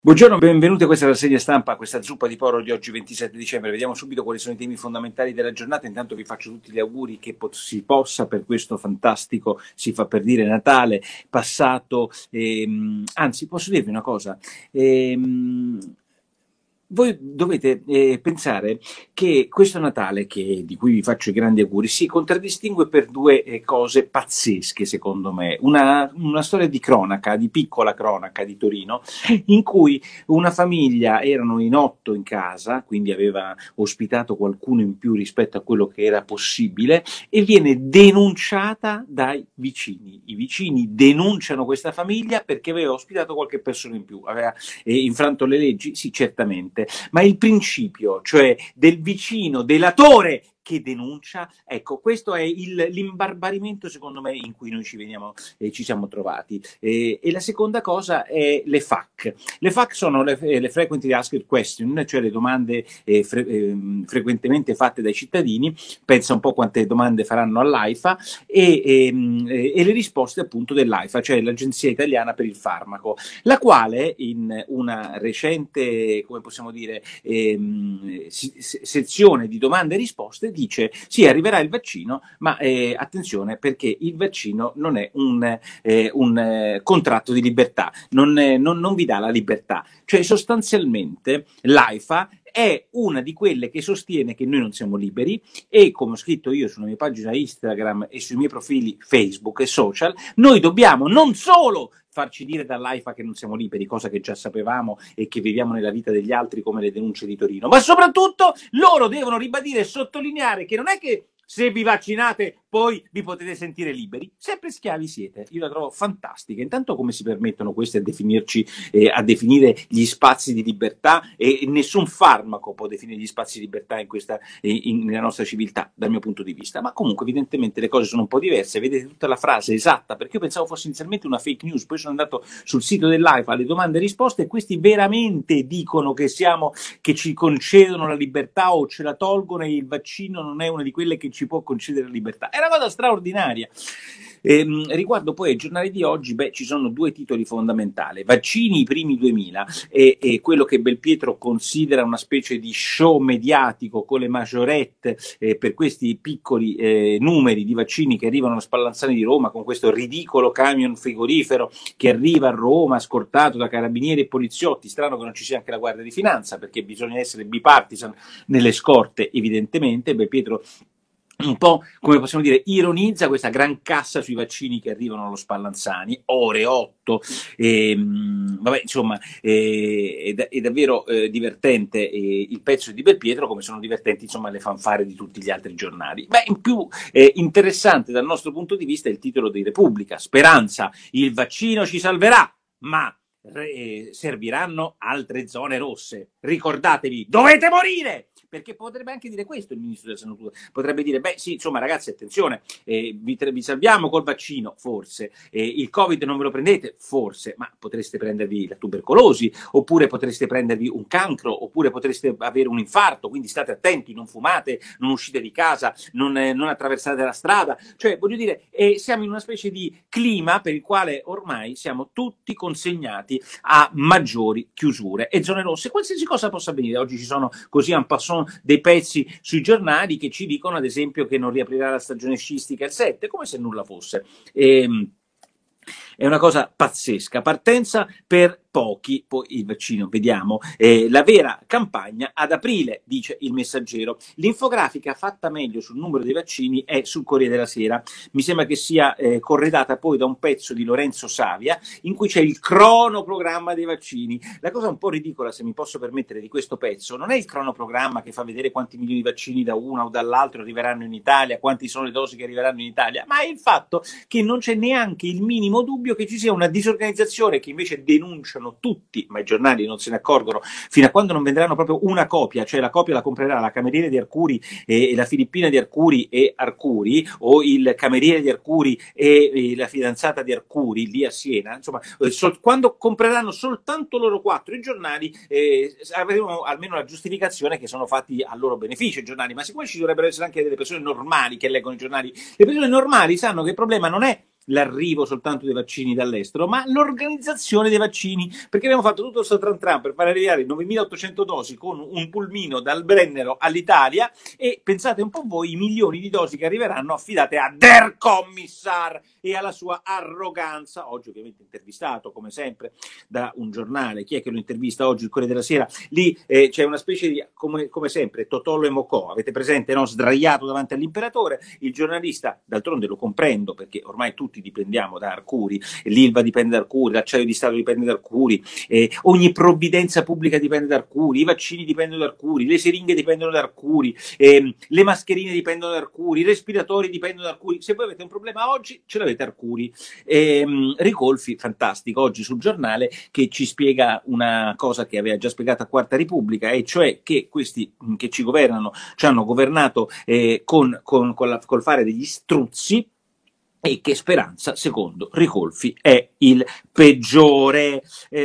Buongiorno, benvenuti a questa rassegna stampa, a questa zuppa di porro di oggi 27 dicembre. Vediamo subito quali sono i temi fondamentali della giornata. Intanto vi faccio tutti gli auguri che si possa per questo fantastico, si fa per dire, Natale passato. Anzi, posso dirvi una cosa? Ehm, Voi dovete pensare che questo Natale, di cui vi faccio i grandi auguri, si contraddistingue per due cose pazzesche, secondo me. Una storia di cronaca, di piccola cronaca di Torino, in cui una famiglia, erano in 8 in casa, quindi aveva ospitato qualcuno in più rispetto a quello che era possibile, e viene denunciata dai vicini. I vicini denunciano questa famiglia perché aveva ospitato qualche persona in più, aveva infranto le leggi? Sì, certamente, ma il principio, cioè del vicino delatore che denuncia, ecco, questo è l'imbarbarimento, secondo me, in cui noi ci siamo trovati. E la seconda cosa è le FAQ. Le FAQ sono le Frequently Asked Question, cioè le domande frequentemente fatte dai cittadini. Pensa un po' quante domande faranno all'AIFA e le risposte appunto dell'AIFA, cioè l'Agenzia Italiana per il Farmaco, la quale in una recente, come possiamo dire, sezione di domande e risposte dice sì, arriverà il vaccino, ma attenzione, perché il vaccino non è un contratto di libertà, non vi dà la libertà. Cioè sostanzialmente l'AIFA è una di quelle che sostiene che noi non siamo liberi e, come ho scritto io sulla mia pagina Instagram e sui miei profili Facebook e social, noi dobbiamo non solo farci dire dall'AIFA che non siamo liberi, cosa che già sapevamo e che viviamo nella vita degli altri come le denunce di Torino, ma soprattutto loro devono ribadire e sottolineare che non è che se vi vaccinate poi vi potete sentire liberi, sempre schiavi siete. Io la trovo fantastica. Intanto come si permettono questi a definirci, a definire gli spazi di libertà, e nessun farmaco può definire gli spazi di libertà nella nostra civiltà, dal mio punto di vista. Ma comunque evidentemente le cose sono un po' diverse. Vedete tutta la frase esatta, perché io pensavo fosse inizialmente una fake news, poi sono andato sul sito dell'AIFA alle domande e risposte e questi veramente dicono che ci concedono la libertà o ce la tolgono, e il vaccino non è una di quelle che ci può concedere la libertà. È una cosa straordinaria. Riguardo poi ai giornali di oggi, ci sono due titoli fondamentali: vaccini i primi 2000 e quello che Belpietro considera una specie di show mediatico con le majorette per questi piccoli numeri di vaccini che arrivano a Spallanzani di Roma, con questo ridicolo camion frigorifero che arriva a Roma scortato da carabinieri e poliziotti. Strano che non ci sia anche la Guardia di Finanza, perché bisogna essere bipartisan nelle scorte, evidentemente. Belpietro un po', come possiamo dire, ironizza questa gran cassa sui vaccini che arrivano allo Spallanzani, ore 8, vabbè, insomma, è davvero divertente il pezzo di Belpietro, come sono divertenti, insomma, le fanfare di tutti gli altri giornali. In più interessante dal nostro punto di vista è il titolo di Repubblica: Speranza, il vaccino ci salverà, ma serviranno altre zone rosse. Ricordatevi, dovete morire! Perché potrebbe anche dire questo il ministro della Salute, potrebbe dire, sì, insomma ragazzi, attenzione, vi salviamo col vaccino, forse, il Covid non ve lo prendete, forse, ma potreste prendervi la tubercolosi, oppure potreste prendervi un cancro, oppure potreste avere un infarto, quindi state attenti, non fumate, non uscite di casa, non attraversate la strada. Cioè, voglio dire, siamo in una specie di clima per il quale ormai siamo tutti consegnati a maggiori chiusure e zone rosse. Qualsiasi cosa possa avvenire. Oggi ci sono così en passant dei pezzi sui giornali che ci dicono, ad esempio, che non riaprirà la stagione sciistica il 7, come se nulla fosse. È una cosa pazzesca. Partenza per pochi, poi il vaccino, vediamo. La vera campagna ad aprile, dice il Messaggero. L'infografica fatta meglio sul numero dei vaccini è sul Corriere della Sera. Mi sembra che sia corredata poi da un pezzo di Lorenzo Savia in cui c'è il cronoprogramma dei vaccini. La cosa un po' ridicola, se mi posso permettere, di questo pezzo non è il cronoprogramma che fa vedere quanti milioni di vaccini da una o dall'altro arriveranno in Italia, quanti sono le dosi che arriveranno in Italia, ma è il fatto che non c'è neanche il minimo dubbio che ci sia una disorganizzazione che invece denunciano tutti, ma i giornali non se ne accorgono fino a quando non venderanno proprio una copia, cioè la copia la comprerà la cameriera di Arcuri e la filippina di Arcuri e Arcuri, o il cameriere di Arcuri e la fidanzata di Arcuri lì a Siena. Insomma, quando compreranno soltanto loro quattro i giornali, avremo almeno la giustificazione che sono fatti a loro beneficio i giornali. Ma siccome ci dovrebbero essere anche delle persone normali che leggono i giornali, le persone normali sanno che il problema non è l'arrivo soltanto dei vaccini dall'estero, ma l'organizzazione dei vaccini, perché abbiamo fatto tutto questo tran per far arrivare 9.800 dosi con un pulmino dal Brennero all'Italia, e pensate un po' voi i milioni di dosi che arriveranno affidate a Der Kommissar e alla sua arroganza. Oggi ovviamente intervistato come sempre da un giornale. Chi è che lo intervista oggi? Il Corriere della Sera. Lì c'è una specie di, come sempre, Totò e Mocò, avete presente, no? Sdraiato davanti all'imperatore. Il giornalista, d'altronde lo comprendo, perché ormai tutti dipendiamo da Arcuri, l'Ilva dipende da Arcuri, l'acciaio di Stato dipende da Arcuri, ogni provvidenza pubblica dipende da Arcuri, i vaccini dipendono da Arcuri, le siringhe dipendono da Arcuri, le mascherine dipendono da Arcuri, i respiratori dipendono da Arcuri. Se voi avete un problema oggi, ce l'avete Arcuri. Ricolfi, fantastico, oggi sul giornale, che ci spiega una cosa che aveva già spiegato a Quarta Repubblica, e cioè che questi che ci governano ci hanno governato col fare degli struzzi, e che Speranza, secondo Ricolfi, è il peggiore.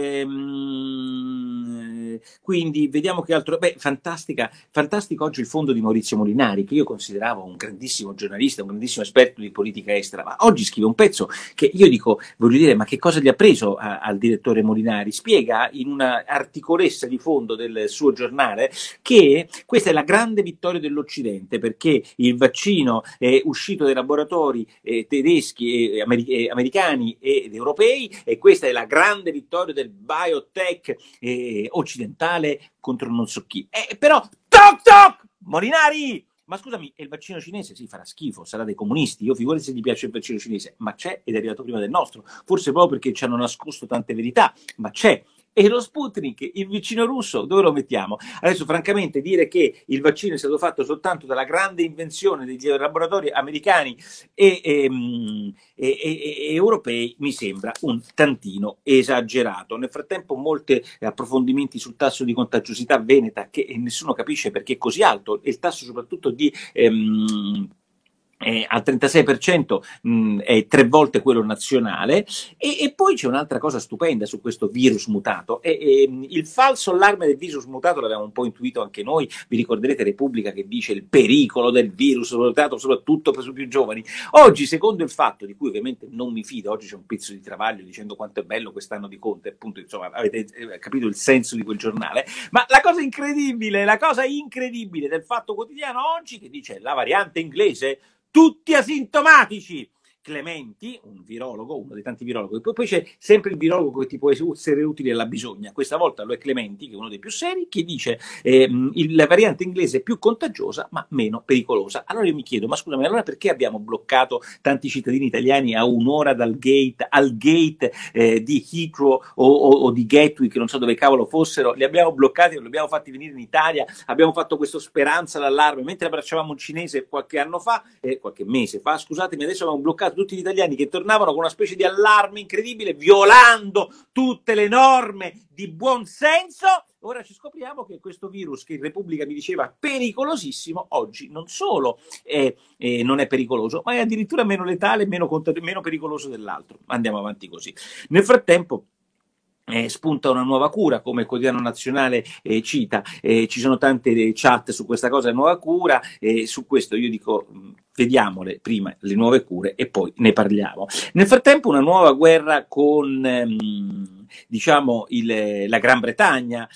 Quindi vediamo che altro. Fantastico oggi il fondo di Maurizio Molinari, che io consideravo un grandissimo giornalista, un grandissimo esperto di politica estera, ma oggi scrive un pezzo che io dico, voglio dire, ma che cosa gli ha preso al direttore Molinari? Spiega in una articolessa di fondo del suo giornale che questa è la grande vittoria dell'Occidente, perché il vaccino è uscito dai laboratori tedeschi, americani ed europei, e questa è la grande vittoria del biotech occidentale contro non so chi. Però, toc toc, Molinari! Ma scusami, e il vaccino cinese? Sì, farà schifo, sarà dei comunisti, io figurati se gli piace il vaccino cinese, ma c'è ed è arrivato prima del nostro, forse proprio perché ci hanno nascosto tante verità, ma c'è. E lo Sputnik, il vicino russo, dove lo mettiamo? Adesso francamente dire che il vaccino è stato fatto soltanto dalla grande invenzione degli laboratori americani e europei mi sembra un tantino esagerato. Nel frattempo molti approfondimenti sul tasso di contagiosità veneta, che nessuno capisce perché è così alto, e il tasso soprattutto di al 36%, è 3 volte quello nazionale, e poi c'è un'altra cosa stupenda su questo virus mutato, il falso allarme del virus mutato l'abbiamo un po' intuito anche noi. Vi ricorderete Repubblica che dice il pericolo del virus mutato soprattutto per i più giovani. Oggi, secondo il Fatto, di cui ovviamente non mi fido, oggi c'è un pezzo di Travaglio dicendo quanto è bello quest'anno di Conte, appunto, insomma, avete capito il senso di quel giornale, ma la cosa incredibile del Fatto Quotidiano oggi, che dice la variante inglese, tutti asintomatici. Clementi, un virologo, uno dei tanti virologhi, poi c'è sempre il virologo che ti può essere utile alla bisogna. Questa volta lo è Clementi, che è uno dei più seri, che dice la variante inglese è più contagiosa ma meno pericolosa. Allora io mi chiedo, ma scusami, allora perché abbiamo bloccato tanti cittadini italiani a un'ora al gate di Heathrow o di Gatwick, non so dove cavolo fossero, li abbiamo bloccati, non li abbiamo fatti venire in Italia, abbiamo fatto questo Speranza l'allarme, mentre abbracciavamo un cinese qualche mese fa, scusatemi, adesso abbiamo bloccato tutti gli italiani che tornavano con una specie di allarme incredibile, violando tutte le norme di buon senso. Ora ci scopriamo che questo virus, che in Repubblica mi diceva pericolosissimo, oggi non solo non è pericoloso, ma è addirittura meno letale, meno pericoloso dell'altro. Andiamo avanti così. Nel frattempo spunta una nuova cura, come il Quotidiano Nazionale cita, ci sono tante chat su questa cosa, nuova cura, su questo io dico vediamole prima le nuove cure e poi ne parliamo. Nel frattempo una nuova guerra con diciamo la Gran Bretagna.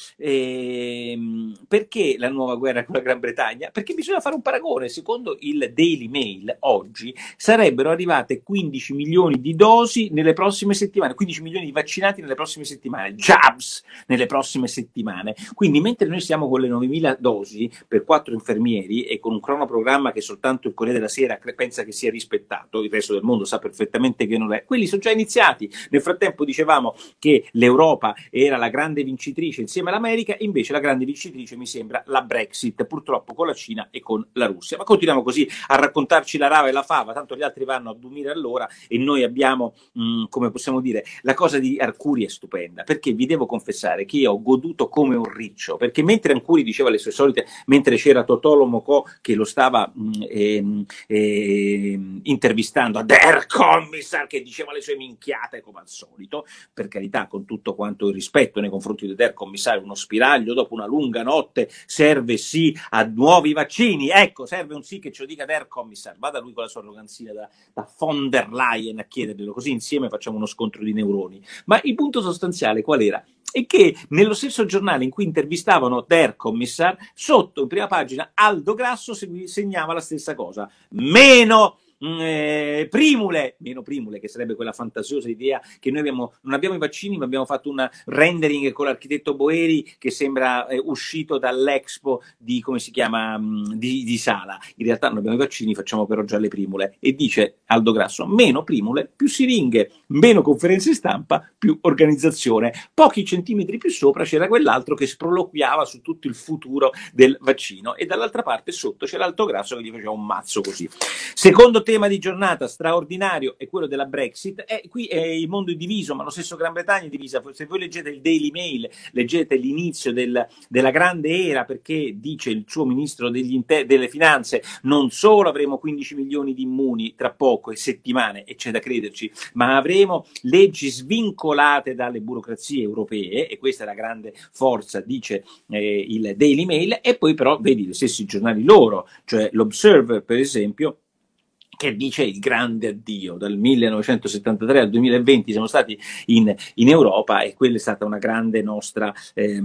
Perché la nuova guerra con la Gran Bretagna? Perché bisogna fare un paragone. Secondo il Daily Mail oggi sarebbero arrivate 15 milioni di dosi nelle prossime settimane, 15 milioni di vaccinati nelle prossime settimane, jabs nelle prossime settimane. Quindi mentre noi siamo con le 9.000 dosi per 4 infermieri e con un cronoprogramma che soltanto il Corriere della Sera pensa che sia rispettato, il resto del mondo sa perfettamente che non è, quelli sono già iniziati. Nel frattempo dicevamo che l'Europa era la grande vincitrice insieme all'America, invece la grande vincitrice mi sembra la Brexit, purtroppo con la Cina e con la Russia. Ma continuiamo così a raccontarci la rava e la fava, tanto gli altri vanno a 2000 all'ora e noi abbiamo, come possiamo dire, la cosa di Arcuri è stupenda, perché vi devo confessare che io ho goduto come un riccio, perché mentre Arcuri diceva le sue solite, mentre c'era Totò Mocò che lo stava intervistando a Der Kommissar, che diceva le sue minchiate come al solito, per carità, con tutto quanto il rispetto nei confronti del Der Commissario, uno spiraglio dopo una lunga notte, serve sì a nuovi vaccini, ecco, serve un sì che ce lo dica Der Commissario, vada lui con la sua arroganzia da von der Leyen a chiederglielo, così insieme facciamo uno scontro di neuroni. Ma il punto sostanziale qual era? E che nello stesso giornale in cui intervistavano Der Kommissar, sotto in prima pagina Aldo Grasso segnava la stessa cosa, meno primule, meno primule, che sarebbe quella fantasiosa idea che noi non abbiamo i vaccini, ma abbiamo fatto un rendering con l'architetto Boeri che sembra uscito dall'Expo di, come si chiama, di Sala. In realtà non abbiamo i vaccini, facciamo però già le primule. E dice Aldo Grasso, meno primule, più siringhe, meno conferenze stampa, più organizzazione. Pochi centimetri più sopra c'era quell'altro che sproloquiava su tutto il futuro del vaccino e dall'altra parte sotto c'era Aldo Grasso che gli faceva un mazzo così. Secondo tema di giornata straordinario è quello della Brexit. Qui il mondo è diviso, ma lo stesso Gran Bretagna è divisa. Se voi leggete il Daily Mail, leggete l'inizio della grande era, perché dice il suo ministro delle finanze, non solo avremo 15 milioni di immuni tra poco e settimane, e c'è da crederci, ma avremo leggi svincolate dalle burocrazie europee, e questa è la grande forza, dice il Daily Mail. E poi però vedi gli stessi giornali loro, cioè l'Observer per esempio, che dice il grande addio. Dal 1973 al 2020 siamo stati in Europa e quella è stata una grande nostra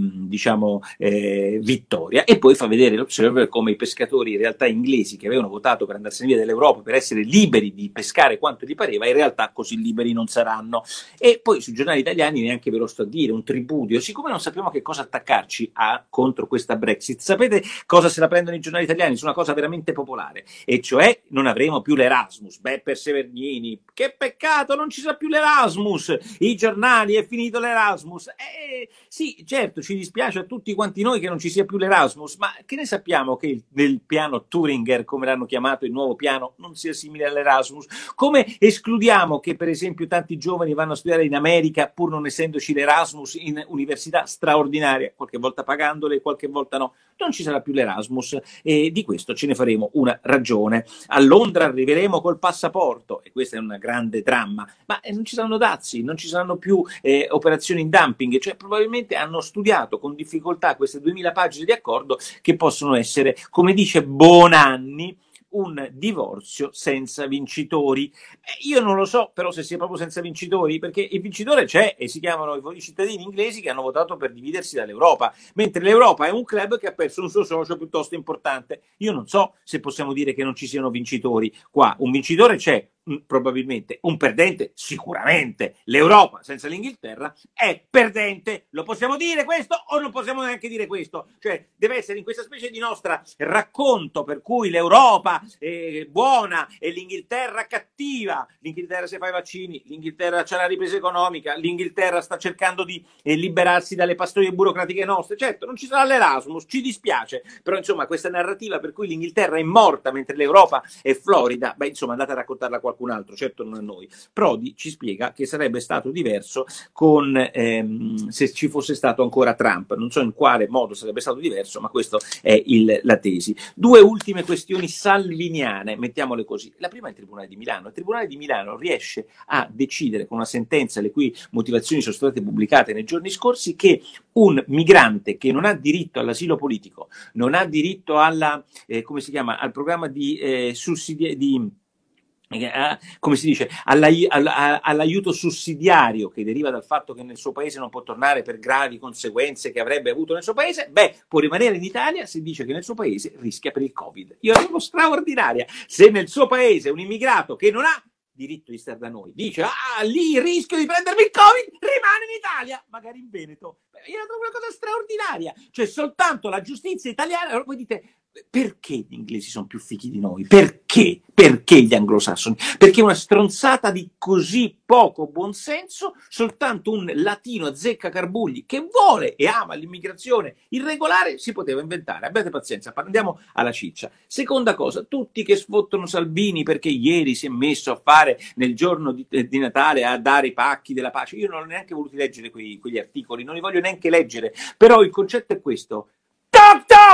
vittoria. E poi fa vedere l'Observer come i pescatori in realtà inglesi, che avevano votato per andarsene via dall'Europa per essere liberi di pescare quanto gli pareva, in realtà così liberi non saranno. E poi sui giornali italiani neanche ve lo sto a dire, un tripudio. Siccome non sappiamo che cosa attaccarci contro questa Brexit, sapete cosa se la prendono i giornali italiani su una cosa veramente popolare, e cioè non avremo più l'Erasmus. Beppe Severnini, che peccato, non ci sarà più l'Erasmus, i giornali, è finito l'Erasmus. Sì, certo, ci dispiace a tutti quanti noi che non ci sia più l'Erasmus, ma che ne sappiamo che nel piano Thuringer, come l'hanno chiamato, il nuovo piano, non sia simile all'Erasmus? Come escludiamo che per esempio tanti giovani vanno a studiare in America pur non essendoci l'Erasmus in università straordinarie, qualche volta pagandole, qualche volta no? Non ci sarà più l'Erasmus, e di questo ce ne faremo una ragione. A Londra arriveremo col passaporto, e questo è un grande dramma, ma non ci saranno dazi, non ci saranno più operazioni in dumping, cioè probabilmente hanno studiato con difficoltà queste 2000 pagine di accordo, che possono essere, come dice Bonanni, un divorzio senza vincitori. Io non lo so però se sia proprio senza vincitori, perché il vincitore c'è e si chiamano i cittadini inglesi che hanno votato per dividersi dall'Europa, mentre l'Europa è un club che ha perso un suo socio piuttosto importante. Io non so se possiamo dire che non ci siano vincitori qua. Un vincitore c'è, probabilmente, un perdente sicuramente. L'Europa senza l'Inghilterra è perdente. Lo possiamo dire questo o non possiamo neanche dire questo? Cioè deve essere in questa specie di nostra racconto per cui l'Europa è buona e l'Inghilterra cattiva. L'Inghilterra se fa i vaccini, l'Inghilterra c'ha la ripresa economica, l'Inghilterra sta cercando di liberarsi dalle pastoie burocratiche nostre. Certo, non ci sarà l'Erasmus, ci dispiace, però insomma questa narrativa per cui l'Inghilterra è morta mentre l'Europa è florida, beh insomma andate a raccontarla a qualcuno altro, certo non a noi. Prodi ci spiega che sarebbe stato diverso se ci fosse stato ancora Trump. Non so in quale modo sarebbe stato diverso, ma questa è la tesi. Due ultime questioni salviniane, mettiamole così. La prima è il Tribunale di Milano. Il Tribunale di Milano riesce a decidere con una sentenza le cui motivazioni sono state pubblicate nei giorni scorsi che un migrante che non ha diritto all'asilo politico, non ha diritto al programma di come si dice, all'aiuto sussidiario che deriva dal fatto che nel suo paese non può tornare per gravi conseguenze che avrebbe avuto nel suo paese, può rimanere in Italia se dice che nel suo paese rischia per il Covid. Io la trovo straordinaria. Se nel suo paese un immigrato che non ha diritto di stare da noi dice lì rischio di prendermi il Covid, rimane in Italia, magari in Veneto. Io la trovo una cosa straordinaria. Cioè soltanto la giustizia italiana. Allora voi dite, perché gli inglesi sono più fichi di noi? Perché? Perché gli anglosassoni? Perché una stronzata di così poco buonsenso, soltanto un latino azzeccagarbugli che vuole e ama l'immigrazione irregolare si poteva inventare. Abbiate pazienza, andiamo alla ciccia. Seconda cosa, tutti che sfottono Salvini perché ieri si è messo a fare nel giorno di Natale a dare i pacchi della pace. Io non ho neanche voluto leggere quegli articoli, non li voglio neanche leggere, però il concetto è questo. Toc toc!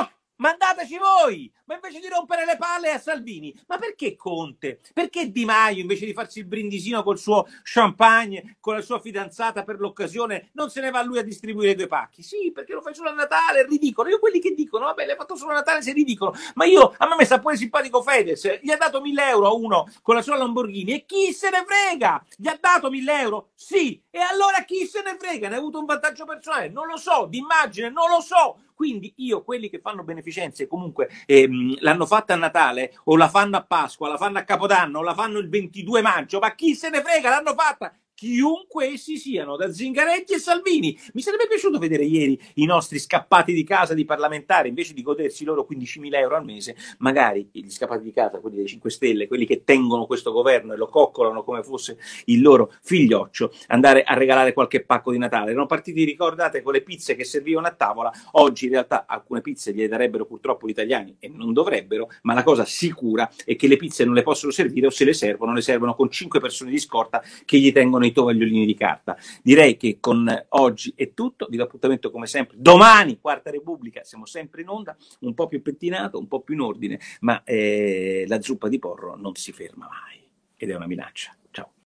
mandateci voi, ma invece di rompere le palle a Salvini, ma perché Conte? Perché Di Maio, invece di farsi il brindisino col suo champagne, con la sua fidanzata per l'occasione, non se ne va lui a distribuire 2 pacchi? Sì, perché lo fai solo a Natale, è ridicolo. Io quelli che dicono, vabbè, l'hai fatto solo a Natale, sei ridicolo, ma io, a me sta pure simpatico Fedez, gli ha dato 1.000 euro a uno con la sua Lamborghini e chi se ne frega? Gli ha dato 1.000 euro? Sì, e allora chi se ne frega? Ne ha avuto un vantaggio personale? Non lo so, d'immagine, non lo so. Quindi io, quelli che fanno beneficenze comunque l'hanno fatta a Natale o la fanno a Pasqua, la fanno a Capodanno o la fanno il 22 maggio, ma chi se ne frega, l'hanno fatta chiunque essi siano, da Zingaretti e Salvini. Mi sarebbe piaciuto vedere ieri i nostri scappati di casa di parlamentari, invece di godersi loro 15.000 euro al mese, magari gli scappati di casa, quelli dei 5 Stelle, quelli che tengono questo governo e lo coccolano come fosse il loro figlioccio, andare a regalare qualche pacco di Natale. Erano partiti, ricordate, con le pizze che servivano a tavola. Oggi in realtà alcune pizze gliele darebbero purtroppo gli italiani e non dovrebbero, ma la cosa sicura è che le pizze non le possono servire, o se le servono con 5 persone di scorta che gli tengono i tovagliolini di carta. Direi che con oggi è tutto, vi do appuntamento come sempre domani, Quarta Repubblica, siamo sempre in onda, un po' più pettinato, un po' più in ordine, ma la zuppa di porro non si ferma mai ed è una minaccia. Ciao.